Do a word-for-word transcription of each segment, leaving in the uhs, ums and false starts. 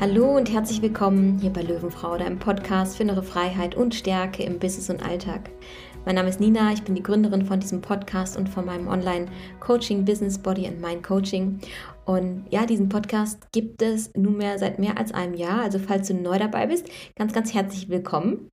Hallo und herzlich willkommen hier bei Löwenfrau, deinem Podcast für innere Freiheit und Stärke im Business und Alltag. Mein Name ist Nina, ich bin die Gründerin von diesem Podcast und von meinem Online-Coaching Business Body and Mind Coaching. Und ja, diesen Podcast gibt es nunmehr seit mehr als einem Jahr. Also falls du neu dabei bist, ganz, ganz herzlich willkommen.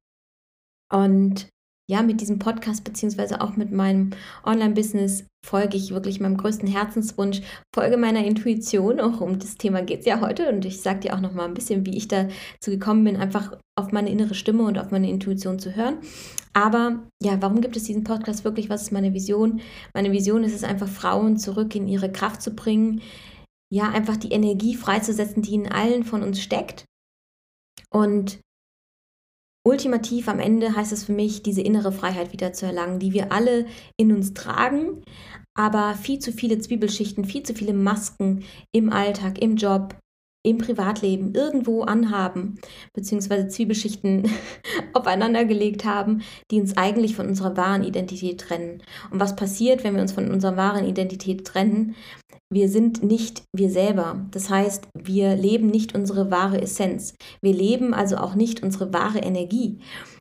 Und ja, mit diesem Podcast beziehungsweise auch mit meinem Online-Business folge ich wirklich meinem größten Herzenswunsch, folge meiner Intuition. Auch um das Thema geht es ja heute. Und ich sage dir auch noch mal ein bisschen, wie ich dazu gekommen bin, einfach auf meine innere Stimme und auf meine Intuition zu hören. Aber ja, warum gibt es diesen Podcast wirklich? Was ist meine Vision? Meine Vision ist es einfach, Frauen zurück in ihre Kraft zu bringen. Ja, einfach die Energie freizusetzen, die in allen von uns steckt. Und ultimativ am Ende heißt es für mich, diese innere Freiheit wieder zu erlangen, die wir alle in uns tragen, aber viel zu viele Zwiebelschichten, viel zu viele Masken im Alltag, im Job, im Privatleben irgendwo anhaben, beziehungsweise Zwiebelschichten aufeinander gelegt haben, die uns eigentlich von unserer wahren Identität trennen. Und was passiert, wenn wir uns von unserer wahren Identität trennen? Wir sind nicht wir selber. Das heißt, wir leben nicht unsere wahre Essenz. Wir leben also auch nicht unsere wahre Energie.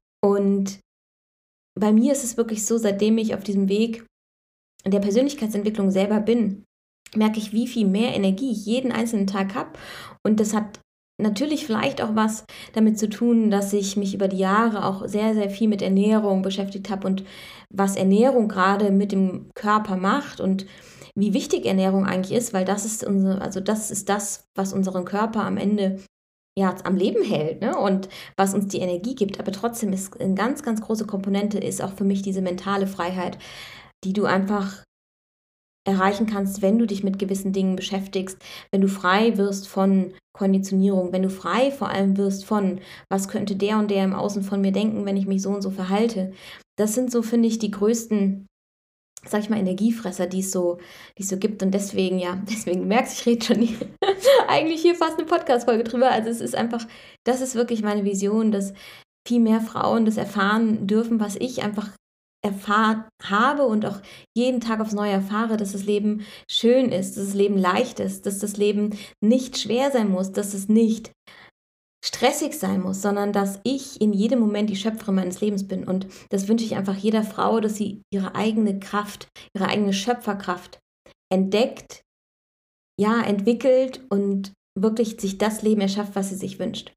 Und bei mir ist es wirklich so, seitdem ich auf diesem Weg der Persönlichkeitsentwicklung selber bin, merke ich, wie viel mehr Energie ich jeden einzelnen Tag habe. Und das hat natürlich vielleicht auch was damit zu tun, dass ich mich über die Jahre auch sehr, sehr viel mit Ernährung beschäftigt habe und was Ernährung gerade mit dem Körper macht und wie wichtig Ernährung eigentlich ist, weil das ist unsere, also das ist das, was unseren Körper am Ende ja, am Leben hält, ne? Und was uns die Energie gibt. Aber trotzdem ist eine ganz, ganz große Komponente ist auch für mich diese mentale Freiheit, die du einfach erreichen kannst, wenn du dich mit gewissen Dingen beschäftigst, wenn du frei wirst von Konditionierung, wenn du frei vor allem wirst von, was könnte der und der im Außen von mir denken, wenn ich mich so und so verhalte. Das sind so, finde ich, die größten, sag ich mal, Energiefresser, die es so, die es so gibt. Und deswegen, ja, deswegen merkst du, ich rede schon hier, eigentlich hier fast eine Podcast-Folge drüber. Also es ist einfach, das ist wirklich meine Vision, dass viel mehr Frauen das erfahren dürfen, was ich einfach erfahren habe und auch jeden Tag aufs Neue erfahre, dass das Leben schön ist, dass das Leben leicht ist, dass das Leben nicht schwer sein muss, dass es nicht stressig sein muss, sondern dass ich in jedem Moment die Schöpferin meines Lebens bin. Und das wünsche ich einfach jeder Frau, dass sie ihre eigene Kraft, ihre eigene Schöpferkraft entdeckt, ja, entwickelt und wirklich sich das Leben erschafft, was sie sich wünscht.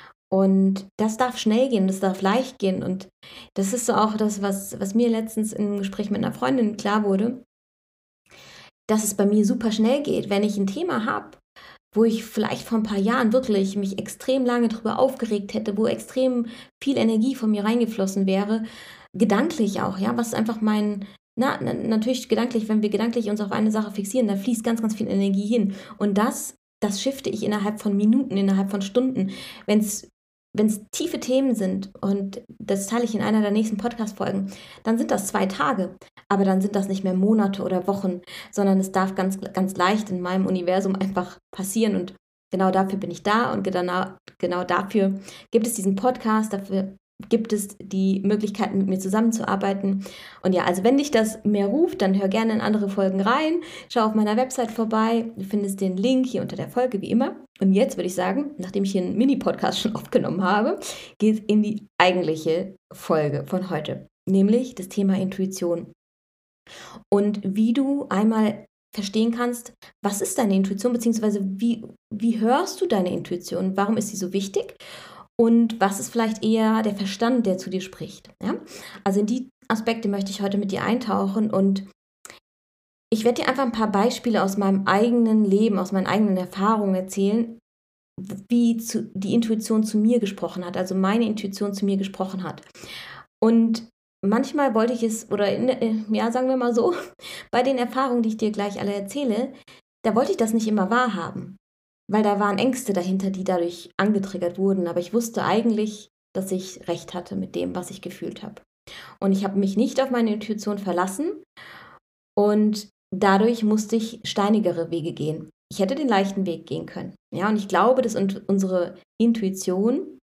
Und das darf schnell gehen, das darf leicht gehen. Und das ist so auch das, was, was mir letztens im Gespräch mit einer Freundin klar wurde, dass es bei mir super schnell geht, wenn ich ein Thema habe, wo ich vielleicht vor ein paar Jahren wirklich mich extrem lange drüber aufgeregt hätte, wo extrem viel Energie von mir reingeflossen wäre, gedanklich auch, ja, was einfach mein, na, na natürlich gedanklich, wenn wir gedanklich uns auf eine Sache fixieren, da fließt ganz, ganz viel Energie hin. Und das, das shifte ich innerhalb von Minuten, innerhalb von Stunden. Wenn es wenn es tiefe Themen sind, und das teile ich in einer der nächsten Podcast-Folgen, dann sind das zwei Tage. Aber dann sind das nicht mehr Monate oder Wochen, sondern es darf ganz, ganz leicht in meinem Universum einfach passieren. Und genau dafür bin ich da und genau, genau dafür gibt es diesen Podcast, dafür gibt es die Möglichkeit, mit mir zusammenzuarbeiten. Und ja, also wenn dich das mehr ruft, dann hör gerne in andere Folgen rein. Schau auf meiner Website vorbei. Du findest den Link hier unter der Folge, wie immer. Und jetzt würde ich sagen, nachdem ich hier einen Mini-Podcast schon aufgenommen habe, geht es in die eigentliche Folge von heute, nämlich das Thema Intuition. Und wie du einmal verstehen kannst, was ist deine Intuition, beziehungsweise wie, wie hörst du deine Intuition? Warum ist sie so wichtig? Und was ist vielleicht eher der Verstand, der zu dir spricht? Ja? Also in die Aspekte möchte ich heute mit dir eintauchen und ich werde dir einfach ein paar Beispiele aus meinem eigenen Leben, aus meinen eigenen Erfahrungen erzählen, wie zu, die Intuition zu mir gesprochen hat, also meine Intuition zu mir gesprochen hat. Und manchmal wollte ich es, oder in, ja, sagen wir mal so, bei den Erfahrungen, die ich dir gleich alle erzähle, da wollte ich das nicht immer wahrhaben. Weil da waren Ängste dahinter, die dadurch angetriggert wurden. Aber ich wusste eigentlich, dass ich recht hatte mit dem, was ich gefühlt habe. Und ich habe mich nicht auf meine Intuition verlassen. Und dadurch musste ich steinigere Wege gehen. Ich hätte den leichten Weg gehen können. Ja, und ich glaube, dass unsere Intuition,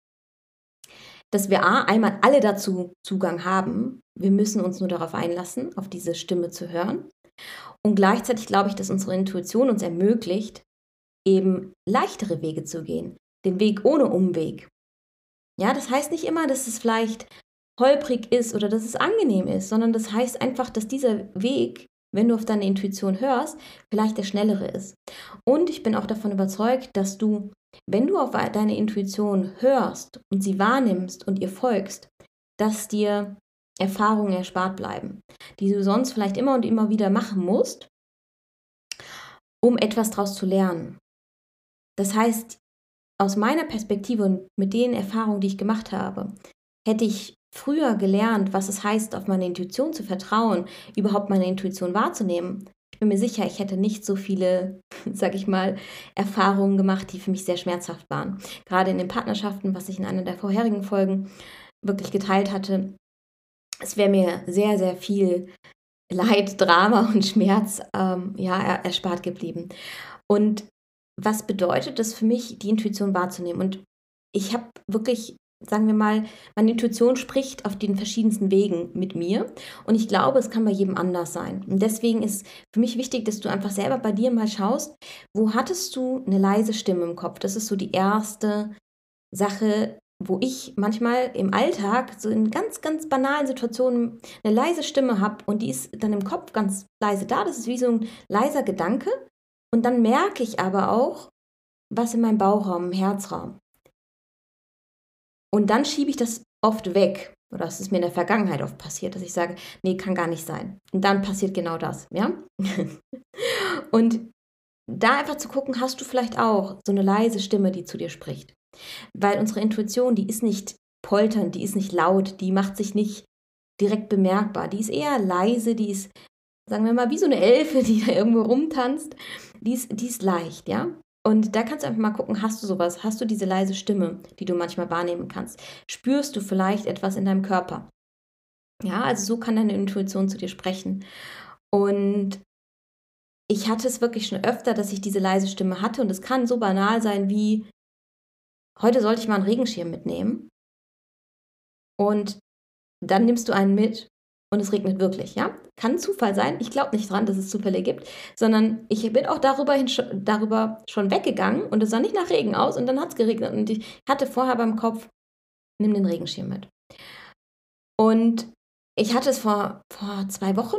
dass wir A, einmal alle dazu Zugang haben. Wir müssen uns nur darauf einlassen, auf diese Stimme zu hören. Und gleichzeitig glaube ich, dass unsere Intuition uns ermöglicht, eben leichtere Wege zu gehen. den Weg ohne Umweg. Ja, das heißt nicht immer, dass es vielleicht holprig ist oder dass es angenehm ist, sondern das heißt einfach, dass dieser Weg, wenn du auf deine Intuition hörst, vielleicht der schnellere ist. Und ich bin auch davon überzeugt, dass du, wenn du auf deine Intuition hörst und sie wahrnimmst und ihr folgst, dass dir Erfahrungen erspart bleiben, die du sonst vielleicht immer und immer wieder machen musst, um etwas daraus zu lernen. Das heißt, aus meiner Perspektive und mit den Erfahrungen, die ich gemacht habe, hätte ich früher gelernt, was es heißt, auf meine Intuition zu vertrauen, überhaupt meine Intuition wahrzunehmen. Ich bin mir sicher, ich hätte nicht so viele, sag ich mal, Erfahrungen gemacht, die für mich sehr schmerzhaft waren. Gerade in den Partnerschaften, was ich in einer der vorherigen Folgen wirklich geteilt hatte, es wäre mir sehr, sehr viel Leid, Drama und Schmerz ähm, ja, erspart geblieben. Und was bedeutet das für mich, die Intuition wahrzunehmen? Und ich habe wirklich, sagen wir mal, meine Intuition spricht auf den verschiedensten Wegen mit mir. Und ich glaube, es kann bei jedem anders sein. Und deswegen ist für mich wichtig, dass du einfach selber bei dir mal schaust, wo hattest du eine leise Stimme im Kopf? Das ist so die erste Sache, wo ich manchmal im Alltag so in ganz, ganz banalen Situationen eine leise Stimme habe und die ist dann im Kopf ganz leise da. Das ist wie so ein leiser Gedanke. Und dann merke ich aber auch, was in meinem Bauchraum, im Herzraum. Und dann schiebe ich das oft weg. Oder das ist mir in der Vergangenheit oft passiert, dass ich sage, nee, kann gar nicht sein. Und dann passiert genau das, ja? Und da einfach zu gucken, hast du vielleicht auch so eine leise Stimme, die zu dir spricht. Weil unsere Intuition, die ist nicht polternd, die ist nicht laut, die macht sich nicht direkt bemerkbar. Die ist eher leise, die ist, sagen wir mal, wie so eine Elfe, die da irgendwo rumtanzt. Die ist, die ist leicht, ja? Und da kannst du einfach mal gucken, hast du sowas? Hast du diese leise Stimme, die du manchmal wahrnehmen kannst? Spürst du vielleicht etwas in deinem Körper? Ja, also so kann deine Intuition zu dir sprechen. Und ich hatte es wirklich schon öfter, dass ich diese leise Stimme hatte und es kann so banal sein wie, heute sollte ich mal einen Regenschirm mitnehmen. Und dann nimmst du einen mit und es regnet wirklich, ja? Kann Zufall sein. Ich glaube nicht dran, dass es Zufälle gibt, sondern ich bin auch darüber, hin, darüber schon weggegangen und es sah nicht nach Regen aus und dann hat es geregnet und ich hatte vorher beim Kopf, nimm den Regenschirm mit. Und ich hatte es vor, vor zwei Wochen,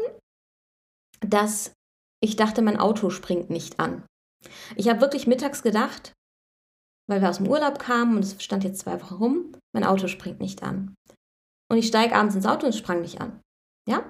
dass ich dachte, mein Auto springt nicht an. Ich habe wirklich mittags gedacht, weil wir aus dem Urlaub kamen und es stand jetzt zwei Wochen rum, mein Auto springt nicht an. Und ich steige abends ins Auto und es sprang nicht an. Ja?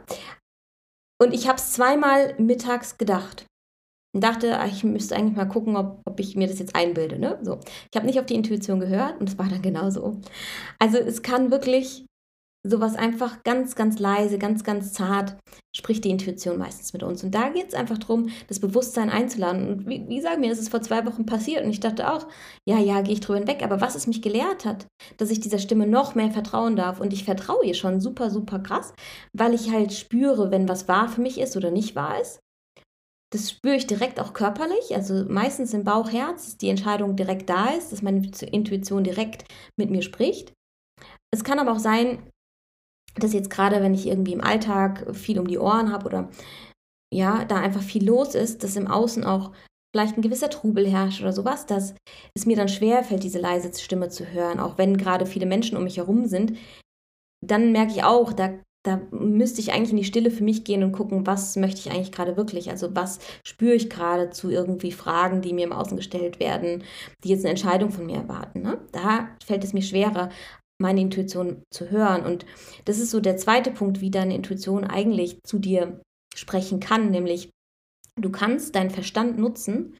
Und ich habe es zweimal mittags gedacht. Und dachte, ich müsste eigentlich mal gucken, ob, ob ich mir das jetzt einbilde. Ne? So. Ich habe nicht auf die Intuition gehört und es war dann genauso. Also es kann wirklich sowas einfach ganz, ganz leise, ganz, ganz zart, spricht die Intuition meistens mit uns. Und da geht es einfach darum, das Bewusstsein einzuladen. Und wie, wie sagen mir, es ist vor zwei Wochen passiert und ich dachte auch, ja, ja, gehe ich drüber hinweg. Aber was es mich gelehrt hat, dass ich dieser Stimme noch mehr vertrauen darf. Und ich vertraue ihr schon super, super krass, weil ich halt spüre, wenn was wahr für mich ist oder nicht wahr ist. Das spüre ich direkt auch körperlich, also meistens im Bauch, Herz, dass die Entscheidung direkt da ist, dass meine Intuition direkt mit mir spricht. Es kann aber auch sein, dass jetzt gerade, wenn ich irgendwie im Alltag viel um die Ohren habe oder ja, da einfach viel los ist, dass im Außen auch vielleicht ein gewisser Trubel herrscht oder sowas, dass es mir dann schwerfällt, diese leise Stimme zu hören, auch wenn gerade viele Menschen um mich herum sind, dann merke ich auch, da, da müsste ich eigentlich in die Stille für mich gehen und gucken, was möchte ich eigentlich gerade wirklich, also was spüre ich gerade zu irgendwie Fragen, die mir im Außen gestellt werden, die jetzt eine Entscheidung von mir erwarten. Ne? Da fällt es mir schwerer, meine Intuition zu hören. Und das ist so der zweite Punkt, wie deine Intuition eigentlich zu dir sprechen kann, nämlich du kannst deinen Verstand nutzen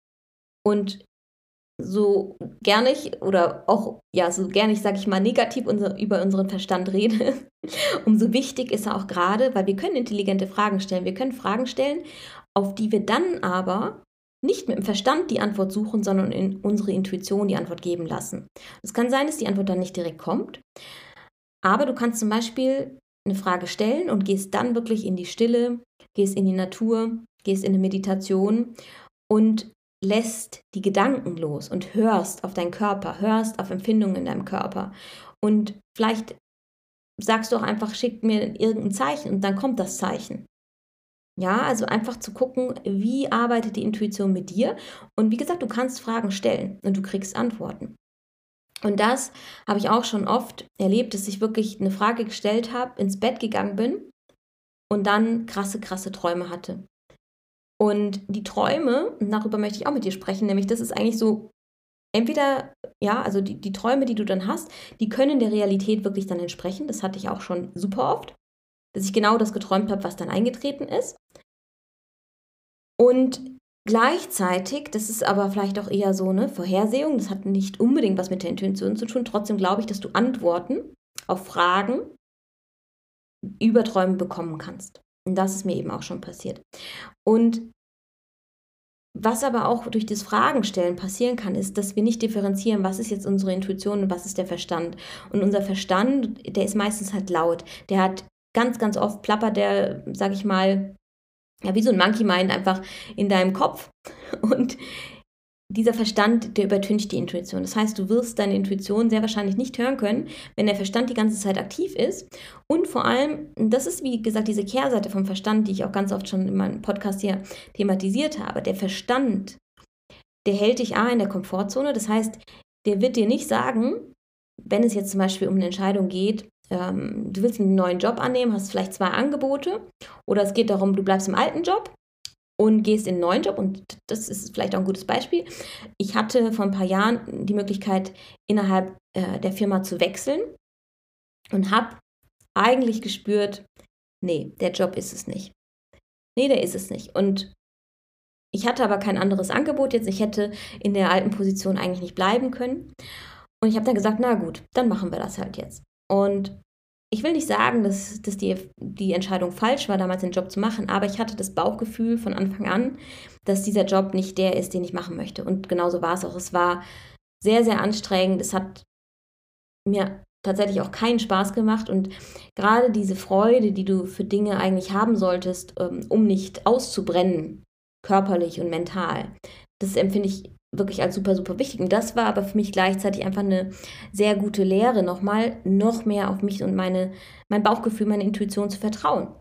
und so gerne ich oder auch, ja, so gerne ich, sage ich mal, negativ unser, über unseren Verstand rede, umso wichtig ist er auch gerade, weil wir können intelligente Fragen stellen. Wir können Fragen stellen, auf die wir dann aber nicht mit dem Verstand die Antwort suchen, sondern in unsere Intuition die Antwort geben lassen. Es kann sein, dass die Antwort dann nicht direkt kommt, aber du kannst zum Beispiel eine Frage stellen und gehst dann wirklich in die Stille, gehst in die Natur, gehst in eine Meditation und lässt die Gedanken los und hörst auf deinen Körper, hörst auf Empfindungen in deinem Körper. Und vielleicht sagst du auch einfach, schick mir irgendein Zeichen und dann kommt das Zeichen. Ja, also einfach zu gucken, wie arbeitet die Intuition mit dir. Und wie gesagt, du kannst Fragen stellen und du kriegst Antworten. Und das habe ich auch schon oft erlebt, dass ich wirklich eine Frage gestellt habe, ins Bett gegangen bin und dann krasse, krasse Träume hatte. Und die Träume, und darüber möchte ich auch mit dir sprechen, nämlich das ist eigentlich so, entweder, ja, also die, die Träume, die du dann hast, die können der Realität wirklich dann entsprechen. Das hatte ich auch schon super oft, dass ich genau das geträumt habe, was dann eingetreten ist. Und gleichzeitig, das ist aber vielleicht auch eher so eine Vorhersehung, das hat nicht unbedingt was mit der Intuition zu tun, trotzdem glaube ich, dass du Antworten auf Fragen über Träume bekommen kannst. Und das ist mir eben auch schon passiert. Und was aber auch durch das Fragenstellen passieren kann, ist, dass wir nicht differenzieren, was ist jetzt unsere Intuition und was ist der Verstand. Und unser Verstand, der ist meistens halt laut. Der hat ganz, ganz oft plappert der, sag ich mal, ja, wie so ein Monkey Mind einfach in deinem Kopf. Und dieser Verstand, der übertüncht die Intuition. Das heißt, du wirst deine Intuition sehr wahrscheinlich nicht hören können, wenn der Verstand die ganze Zeit aktiv ist. Und vor allem, das ist wie gesagt diese Kehrseite vom Verstand, die ich auch ganz oft schon in meinem Podcast hier thematisiert habe. Der Verstand, der hält dich A in der Komfortzone. Das heißt, der wird dir nicht sagen, wenn es jetzt zum Beispiel um eine Entscheidung geht, ähm, du willst einen neuen Job annehmen, hast vielleicht zwei Angebote oder es geht darum, du bleibst im alten Job und gehst in einen neuen Job, und das ist vielleicht auch ein gutes Beispiel. Ich hatte vor ein paar Jahren die Möglichkeit, innerhalb äh, der Firma zu wechseln und habe eigentlich gespürt, nee, der Job ist es nicht. Nee, der ist es nicht. Und ich hatte aber kein anderes Angebot jetzt. Ich hätte in der alten Position eigentlich nicht bleiben können. Und ich habe dann gesagt, na gut, dann machen wir das halt jetzt. Und ich will nicht sagen, dass, dass die, die Entscheidung falsch war, damals den Job zu machen, aber ich hatte das Bauchgefühl von Anfang an, dass dieser Job nicht der ist, den ich machen möchte. Und genauso war es auch. Es war sehr, sehr anstrengend. Es hat mir tatsächlich auch keinen Spaß gemacht. Und gerade diese Freude, die du für Dinge eigentlich haben solltest, um nicht auszubrennen, körperlich und mental, das empfinde ich wirklich als super, super wichtig. Und das war aber für mich gleichzeitig einfach eine sehr gute Lehre, nochmal noch mehr auf mich und meine, mein Bauchgefühl, meine Intuition zu vertrauen.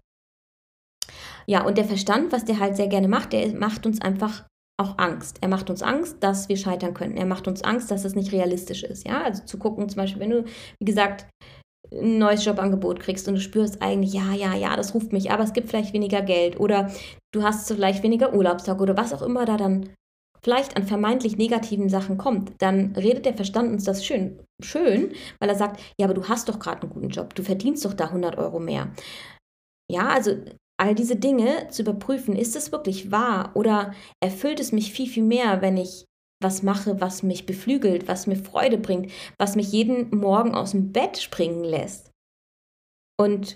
Ja, und der Verstand, was der halt sehr gerne macht, der macht uns einfach auch Angst. Er macht uns Angst, dass wir scheitern können. Er macht uns Angst, dass es nicht realistisch ist. Ja, also zu gucken, zum Beispiel, wenn du, wie gesagt, ein neues Jobangebot kriegst und du spürst eigentlich, ja, ja, ja, das ruft mich, aber es gibt vielleicht weniger Geld oder du hast vielleicht weniger Urlaubstag oder was auch immer da dann vielleicht an vermeintlich negativen Sachen kommt, dann redet der Verstand uns das schön, schön, weil er sagt, ja, aber du hast doch gerade einen guten Job, du verdienst doch da hundert Euro mehr. Ja, also all diese Dinge zu überprüfen, ist es wirklich wahr oder erfüllt es mich viel, viel mehr, wenn ich was mache, was mich beflügelt, was mir Freude bringt, was mich jeden Morgen aus dem Bett springen lässt. Und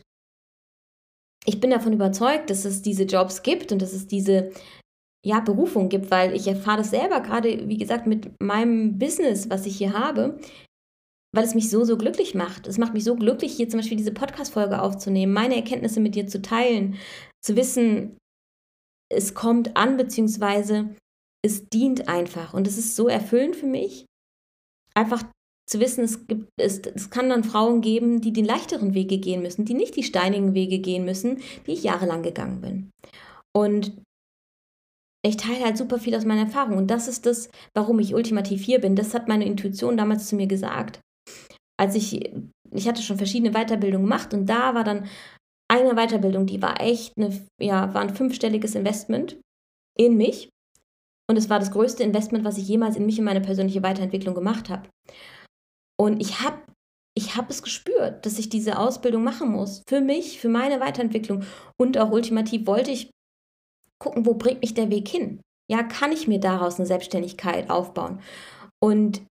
ich bin davon überzeugt, dass es diese Jobs gibt und dass es diese ja, Berufung gibt, weil ich erfahre das selber gerade, wie gesagt, mit meinem Business, was ich hier habe, weil es mich so, so glücklich macht. Es macht mich so glücklich, hier zum Beispiel diese Podcast-Folge aufzunehmen, meine Erkenntnisse mit dir zu teilen, zu wissen, es kommt an, beziehungsweise es dient einfach. Und es ist so erfüllend für mich, einfach zu wissen, es gibt, es, es kann dann Frauen geben, die den leichteren Wege gehen müssen, die nicht die steinigen Wege gehen müssen, die ich jahrelang gegangen bin. Und ich teile halt super viel aus meiner Erfahrung. Und das ist das, warum ich ultimativ hier bin. Das hat meine Intuition damals zu mir gesagt. Als ich, ich hatte schon verschiedene Weiterbildungen gemacht und da war dann eine Weiterbildung, die war echt, eine, ja, war ein fünfstelliges Investment in mich. Und es war das größte Investment, was ich jemals in mich und meine persönliche Weiterentwicklung gemacht habe. Und ich habe ich hab es gespürt, dass ich diese Ausbildung machen muss. Für mich, für meine Weiterentwicklung. Und auch ultimativ wollte ich gucken, wo bringt mich der Weg hin? Ja, kann ich mir daraus eine Selbstständigkeit aufbauen? Und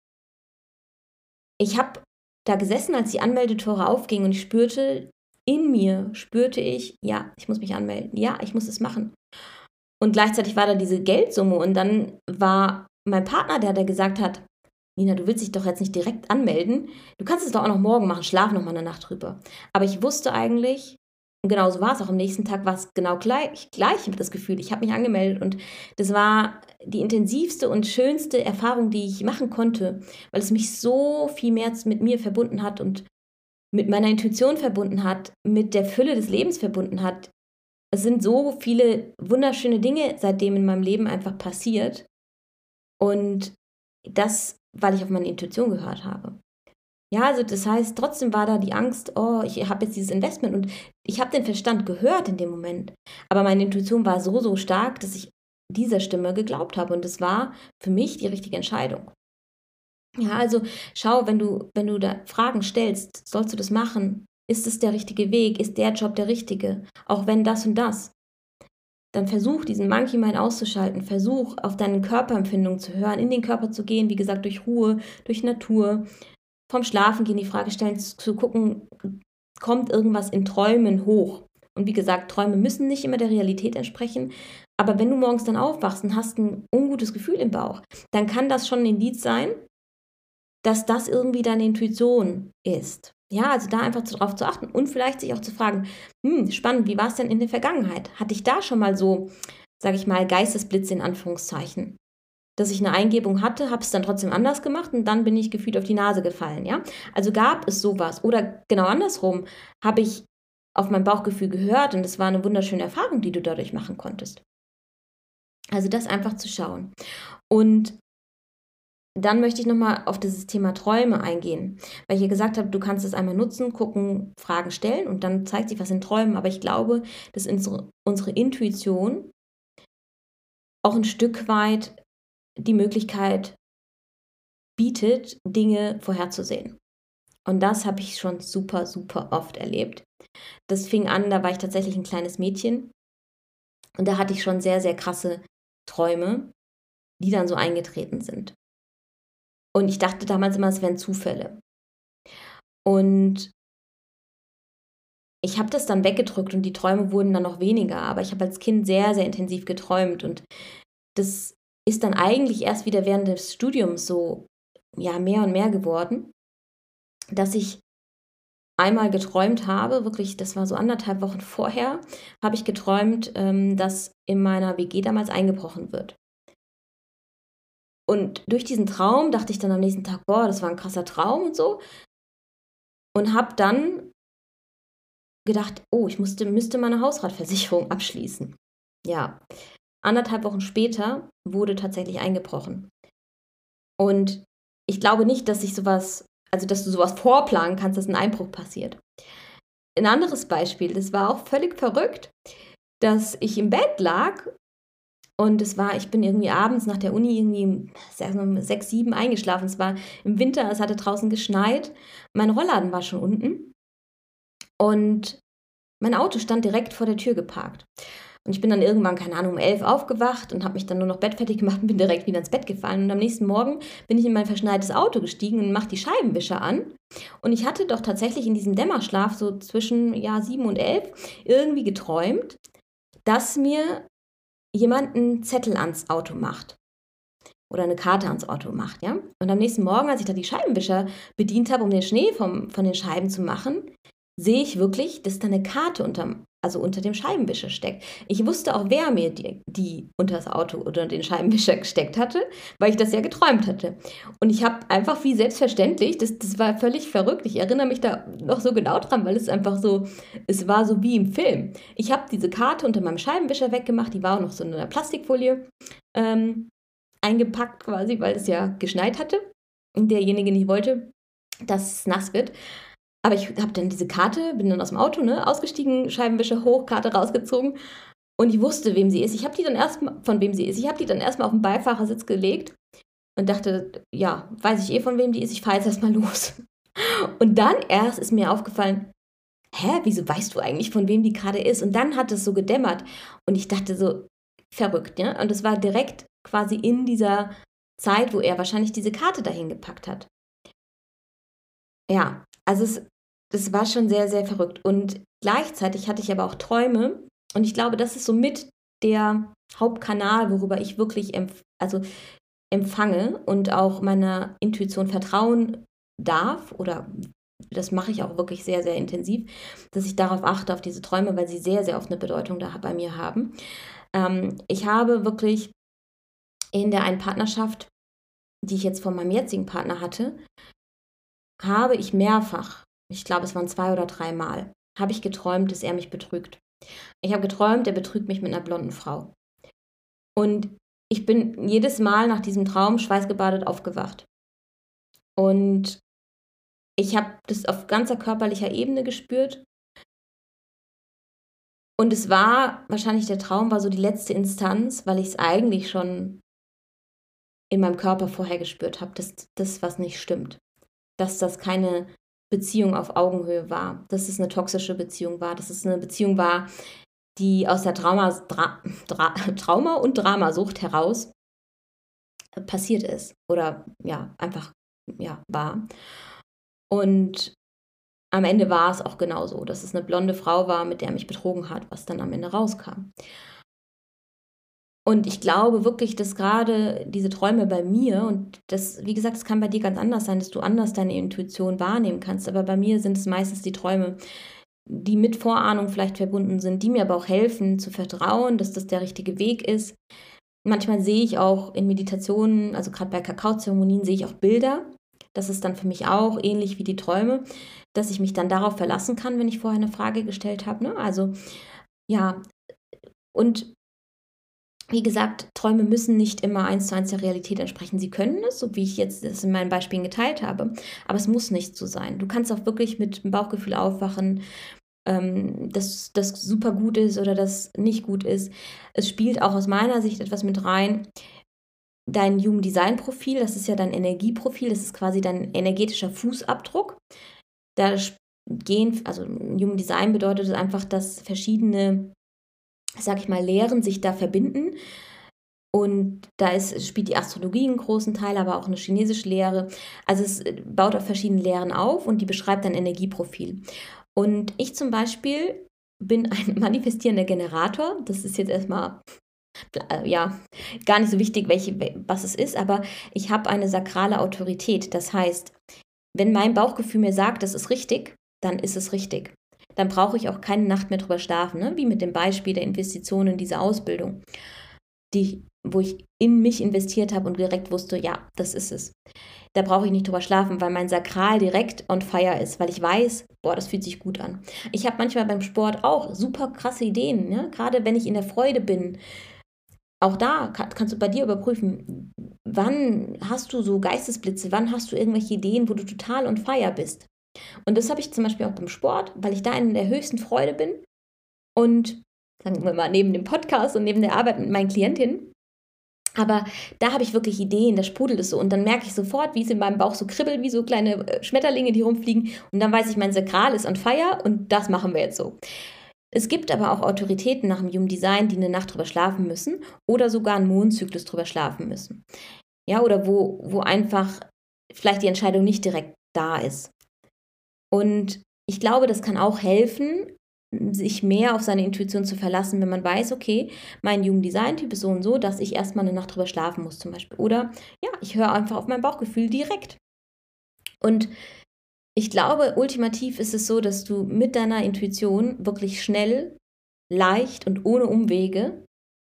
ich habe da gesessen, als die Anmeldetore aufgingen und ich spürte, in mir spürte ich, ja, ich muss mich anmelden, ja, ich muss es machen. Und gleichzeitig war da diese Geldsumme und dann war mein Partner, der da gesagt hat, Nina, du willst dich doch jetzt nicht direkt anmelden, du kannst es doch auch noch morgen machen, schlaf noch mal eine Nacht drüber. Aber ich wusste eigentlich, und genauso war es auch, am nächsten Tag war es genau gleich, gleich mit das Gefühl, ich habe mich angemeldet und das war die intensivste und schönste Erfahrung, die ich machen konnte, weil es mich so viel mehr mit mir verbunden hat und mit meiner Intuition verbunden hat, mit der Fülle des Lebens verbunden hat. Es sind so viele wunderschöne Dinge seitdem in meinem Leben einfach passiert und das, weil ich auf meine Intuition gehört habe. Ja, also das heißt, trotzdem war da die Angst, oh, ich habe jetzt dieses Investment und ich habe den Verstand gehört in dem Moment. Aber meine Intuition war so, so stark, dass ich dieser Stimme geglaubt habe und es war für mich die richtige Entscheidung. Ja, also schau, wenn du, wenn du da Fragen stellst, sollst du das machen? Ist es der richtige Weg? Ist der Job der richtige? Auch wenn das und das. Dann versuch, diesen Monkey Mind auszuschalten. Versuch, auf deine Körperempfindung zu hören, in den Körper zu gehen, wie gesagt, durch Ruhe, durch Natur. Vorm Schlafengehen die Frage stellen, zu gucken, kommt irgendwas in Träumen hoch? Und wie gesagt, Träume müssen nicht immer der Realität entsprechen. Aber wenn du morgens dann aufwachst und hast ein ungutes Gefühl im Bauch, dann kann das schon ein Indiz sein, dass das irgendwie deine Intuition ist. Ja, also da einfach darauf zu achten und vielleicht sich auch zu fragen, hm, spannend, wie war es denn in der Vergangenheit? Hatte ich da schon mal so, sage ich mal, Geistesblitze in Anführungszeichen? Dass ich eine Eingebung hatte, habe es dann trotzdem anders gemacht und dann bin ich gefühlt auf die Nase gefallen, ja? Also gab es sowas oder genau andersrum, habe ich auf mein Bauchgefühl gehört und es war eine wunderschöne Erfahrung, die du dadurch machen konntest. Also das einfach zu schauen. Und dann möchte ich nochmal auf dieses Thema Träume eingehen, weil ich ja gesagt habe, du kannst es einmal nutzen, gucken, Fragen stellen und dann zeigt sich was in Träumen. Aber ich glaube, dass unsere, unsere Intuition auch ein Stück weit die Möglichkeit bietet, Dinge vorherzusehen. Und das habe ich schon super, super oft erlebt. Das fing an, da war ich tatsächlich ein kleines Mädchen und da hatte ich schon sehr, sehr krasse Träume, die dann so eingetreten sind. Und ich dachte damals immer, es wären Zufälle. Und ich habe das dann weggedrückt und die Träume wurden dann noch weniger. Aber ich habe als Kind sehr, sehr intensiv geträumt. Und das ist dann eigentlich erst wieder während des Studiums so, ja, mehr und mehr geworden, dass ich einmal geträumt habe, wirklich, das war so anderthalb Wochen vorher, habe ich geträumt, ähm, dass in meiner W G damals eingebrochen wird. Und durch diesen Traum dachte ich dann am nächsten Tag, boah, das war ein krasser Traum und so. Und habe dann gedacht, oh, ich musste, müsste meine Hausratversicherung abschließen. Ja, anderthalb Wochen später wurde tatsächlich eingebrochen. Und ich glaube nicht, dass ich sowas, also dass du sowas vorplanen kannst, dass ein Einbruch passiert. Ein anderes Beispiel, das war auch völlig verrückt, dass ich im Bett lag und es war, ich bin irgendwie abends nach der Uni irgendwie um sechs, sieben eingeschlafen. Es war im Winter, es hatte draußen geschneit, mein Rollladen war schon unten und mein Auto stand direkt vor der Tür geparkt. Und ich bin dann irgendwann, keine Ahnung, um elf aufgewacht und habe mich dann nur noch bettfertig gemacht und bin direkt wieder ins Bett gefallen. Und am nächsten Morgen bin ich in mein verschneites Auto gestiegen und mache die Scheibenwischer an. Und ich hatte doch tatsächlich in diesem Dämmerschlaf so zwischen ja, sieben und elf irgendwie geträumt, dass mir jemand einen Zettel ans Auto macht. Oder eine Karte ans Auto macht, ja. Und am nächsten Morgen, als ich da die Scheibenwischer bedient habe, um den Schnee vom, von den Scheiben zu machen, sehe ich wirklich, dass da eine Karte unterm, also unter dem Scheibenwischer steckt. Ich wusste auch, wer mir die, die unter das Auto oder den Scheibenwischer gesteckt hatte, weil ich das ja geträumt hatte. Und ich habe einfach wie selbstverständlich, das, das war völlig verrückt, ich erinnere mich da noch so genau dran, weil es einfach so, es war so wie im Film. Ich habe diese Karte unter meinem Scheibenwischer weggemacht, die war auch noch so in einer Plastikfolie ähm, eingepackt quasi, weil es ja geschneit hatte und derjenige nicht wollte, dass es nass wird. Aber ich habe dann diese Karte, bin dann aus dem Auto, ne, ausgestiegen, Scheibenwischer hoch, Karte rausgezogen und ich wusste, wem sie ist. Ich habe die dann erstmal, von wem sie ist, ich habe die dann erstmal auf den Beifahrersitz gelegt und dachte, ja, weiß ich eh, von wem die ist, ich fahre jetzt erstmal los. Und dann erst ist mir aufgefallen, hä, wieso weißt du eigentlich, von wem die gerade ist? Und dann hat es so gedämmert und ich dachte so, verrückt, ja. Und es war direkt quasi in dieser Zeit, wo er wahrscheinlich diese Karte dahin gepackt hat. Ja, also es, das war schon sehr, sehr verrückt. Und gleichzeitig hatte ich aber auch Träume. Und ich glaube, das ist so mit der Hauptkanal, worüber ich wirklich empf also empfange und auch meiner Intuition vertrauen darf. Oder das mache ich auch wirklich sehr, sehr intensiv, dass ich darauf achte, auf diese Träume, weil sie sehr, sehr oft eine Bedeutung da bei mir haben. Ähm, ich habe wirklich in der einen Partnerschaft, die ich jetzt von meinem jetzigen Partner hatte, habe ich mehrfach, ich glaube, es waren zwei oder dreimal, habe ich geträumt, dass er mich betrügt. Ich habe geträumt, er betrügt mich mit einer blonden Frau. Und ich bin jedes Mal nach diesem Traum schweißgebadet aufgewacht. Und ich habe das auf ganzer körperlicher Ebene gespürt. Und es war wahrscheinlich, der Traum war so die letzte Instanz, weil ich es eigentlich schon in meinem Körper vorher gespürt habe, dass das was nicht stimmt. Dass das keine Beziehung auf Augenhöhe war, dass es eine toxische Beziehung war, dass es eine Beziehung war, die aus der Trauma, Dra, Dra, Trauma- und Dramasucht heraus passiert ist oder ja, einfach ja, war. Und am Ende war es auch genauso, dass es eine blonde Frau war, mit der er mich betrogen hat, was dann am Ende rauskam. Und ich glaube wirklich, dass gerade diese Träume bei mir, und das, wie gesagt, es kann bei dir ganz anders sein, dass du anders deine Intuition wahrnehmen kannst, aber bei mir sind es meistens die Träume, die mit Vorahnung vielleicht verbunden sind, die mir aber auch helfen zu vertrauen, dass das der richtige Weg ist. Manchmal sehe ich auch in Meditationen, also gerade bei Kakaozeremonien, sehe ich auch Bilder. Das ist dann für mich auch ähnlich wie die Träume, dass ich mich dann darauf verlassen kann, wenn ich vorher eine Frage gestellt habe. Ne? Also ja, und wie gesagt, Träume müssen nicht immer eins zu eins der Realität entsprechen. Sie können es, so wie ich jetzt das in meinen Beispielen geteilt habe, aber es muss nicht so sein. Du kannst auch wirklich mit dem Bauchgefühl aufwachen, ähm, dass das super gut ist oder das nicht gut ist. Es spielt auch aus meiner Sicht etwas mit rein. Dein Human Design Profil, das ist ja dein Energieprofil, das ist quasi dein energetischer Fußabdruck. Da gehen, also Human Design bedeutet einfach, dass verschiedene, sag ich mal, Lehren sich da verbinden. Und da ist, spielt die Astrologie einen großen Teil, aber auch eine chinesische Lehre. Also es baut auf verschiedene Lehren auf und die beschreibt dein Energieprofil. Und ich zum Beispiel bin ein manifestierender Generator. Das ist jetzt erstmal äh, ja gar nicht so wichtig, welche, was es ist, aber ich habe eine sakrale Autorität. Das heißt, wenn mein Bauchgefühl mir sagt, das ist richtig, dann ist es richtig. Dann brauche ich auch keine Nacht mehr drüber schlafen, ne? Wie mit dem Beispiel der Investitionen in diese Ausbildung, die, wo ich in mich investiert habe und direkt wusste, ja, das ist es. Da brauche ich nicht drüber schlafen, weil mein Sakral direkt on fire ist, weil ich weiß, boah, das fühlt sich gut an. Ich habe manchmal beim Sport auch super krasse Ideen, ne? Gerade wenn ich in der Freude bin. Auch da kann, kannst du bei dir überprüfen, wann hast du so Geistesblitze, wann hast du irgendwelche Ideen, wo du total on fire bist. Und das habe ich zum Beispiel auch beim Sport, weil ich da in der höchsten Freude bin und, sagen wir mal, neben dem Podcast und neben der Arbeit mit meinen Klientinnen. Aber da habe ich wirklich Ideen, da sprudelt es so und dann merke ich sofort, wie es in meinem Bauch so kribbelt, wie so kleine Schmetterlinge, die rumfliegen und dann weiß ich, mein Sakral ist on fire und das machen wir jetzt so. Es gibt aber auch Autoritäten nach dem Human Design, die eine Nacht drüber schlafen müssen oder sogar einen Mondzyklus drüber schlafen müssen. Ja, oder wo, wo einfach vielleicht die Entscheidung nicht direkt da ist. Und ich glaube, das kann auch helfen, sich mehr auf seine Intuition zu verlassen, wenn man weiß, okay, mein Human Design Typ ist so und so, dass ich erstmal eine Nacht drüber schlafen muss zum Beispiel. Oder ja, ich höre einfach auf mein Bauchgefühl direkt. Und ich glaube, ultimativ ist es so, dass du mit deiner Intuition wirklich schnell, leicht und ohne Umwege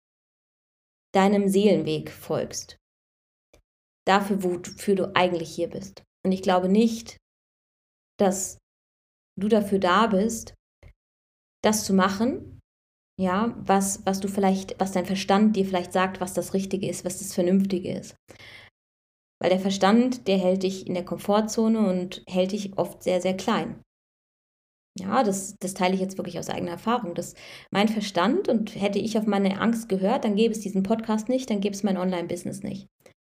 deinem Seelenweg folgst. Dafür, wofür du eigentlich hier bist. Und ich glaube nicht, dass du dafür da bist, das zu machen, ja, was, was du vielleicht, was dein Verstand dir vielleicht sagt, was das Richtige ist, was das Vernünftige ist. Weil der Verstand, der hält dich in der Komfortzone und hält dich oft sehr, sehr klein. Ja, das, das teile ich jetzt wirklich aus eigener Erfahrung. Das, mein Verstand, und hätte ich auf meine Angst gehört, dann gäbe es diesen Podcast nicht, dann gäbe es mein Online-Business nicht.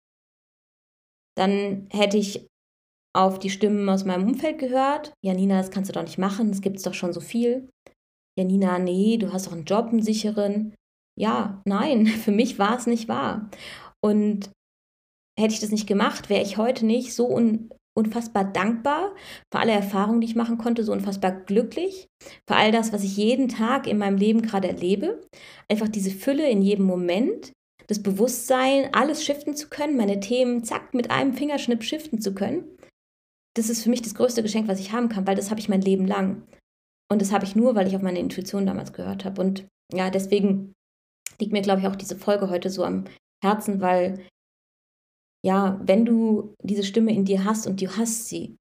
Dann hätte ich auf die Stimmen aus meinem Umfeld gehört. Ja, Nina, das kannst du doch nicht machen, es gibt doch schon so viel. Ja, Nina, nee, du hast doch einen Job, einen sicheren. Ja, nein, für mich war es nicht wahr. Und hätte ich das nicht gemacht, wäre ich heute nicht so un unfassbar dankbar für alle Erfahrungen, die ich machen konnte, so unfassbar glücklich für all das, was ich jeden Tag in meinem Leben gerade erlebe. Einfach diese Fülle in jedem Moment, das Bewusstsein, alles shiften zu können, meine Themen zack mit einem Fingerschnipp shiften zu können. Das ist für mich das größte Geschenk, was ich haben kann, weil das habe ich mein Leben lang. Und das habe ich nur, weil ich auf meine Intuition damals gehört habe. Und ja, deswegen liegt mir, glaube ich, auch diese Folge heute so am Herzen, weil ja, wenn du diese Stimme in dir hast und du hast sie.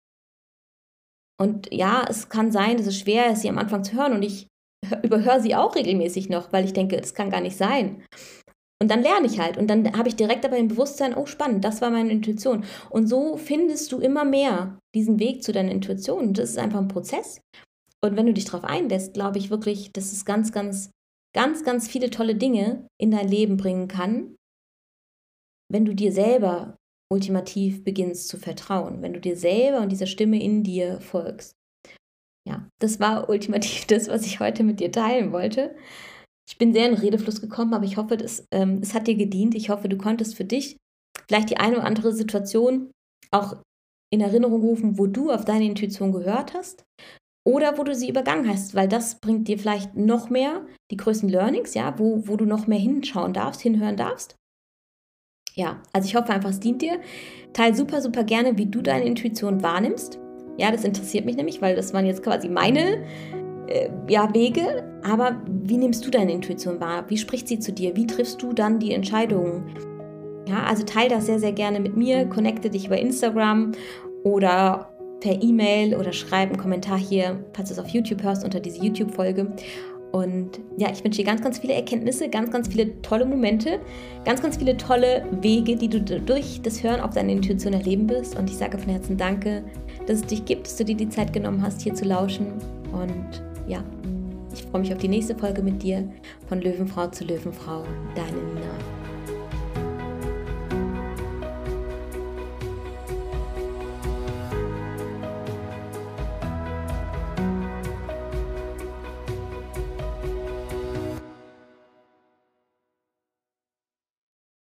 Und ja, es kann sein, dass es schwer ist, sie am Anfang zu hören. Und ich überhöre sie auch regelmäßig noch, weil ich denke, das kann gar nicht sein. Und dann lerne ich halt und dann habe ich direkt dabei im Bewusstsein, oh spannend, das war meine Intuition. Und so findest du immer mehr diesen Weg zu deiner Intuition. Und das ist einfach ein Prozess. Und wenn du dich darauf einlässt, glaube ich wirklich, dass es ganz, ganz, ganz, ganz viele tolle Dinge in dein Leben bringen kann, wenn du dir selber ultimativ beginnst zu vertrauen, wenn du dir selber und dieser Stimme in dir folgst. Ja, das war ultimativ das, was ich heute mit dir teilen wollte. Ich bin sehr in Redefluss gekommen, aber ich hoffe, das, ähm, es hat dir gedient. Ich hoffe, du konntest für dich vielleicht die eine oder andere Situation auch in Erinnerung rufen, wo du auf deine Intuition gehört hast oder wo du sie übergangen hast, weil das bringt dir vielleicht noch mehr die größten Learnings, ja, wo, wo du noch mehr hinschauen darfst, hinhören darfst. Ja, also ich hoffe einfach, es dient dir. Teil super, super gerne, wie du deine Intuition wahrnimmst. Ja, das interessiert mich nämlich, weil das waren jetzt quasi meine äh, ja, Wege. Aber wie nimmst du deine Intuition wahr? Wie spricht sie zu dir? Wie triffst du dann die Entscheidungen? Ja, also teile das sehr, sehr gerne mit mir. Connecte dich über Instagram oder per E-Mail oder schreib einen Kommentar hier, falls du es auf YouTube hörst, unter diese YouTube-Folge. Und ja, ich wünsche dir ganz, ganz viele Erkenntnisse, ganz, ganz viele tolle Momente, ganz, ganz viele tolle Wege, die du durch das Hören auf deine Intuition erleben wirst. Und ich sage von Herzen danke, dass es dich gibt, dass du dir die Zeit genommen hast, hier zu lauschen. Und ja, ich freue mich auf die nächste Folge mit dir von Löwenfrau zu Löwenfrau, deine Nina.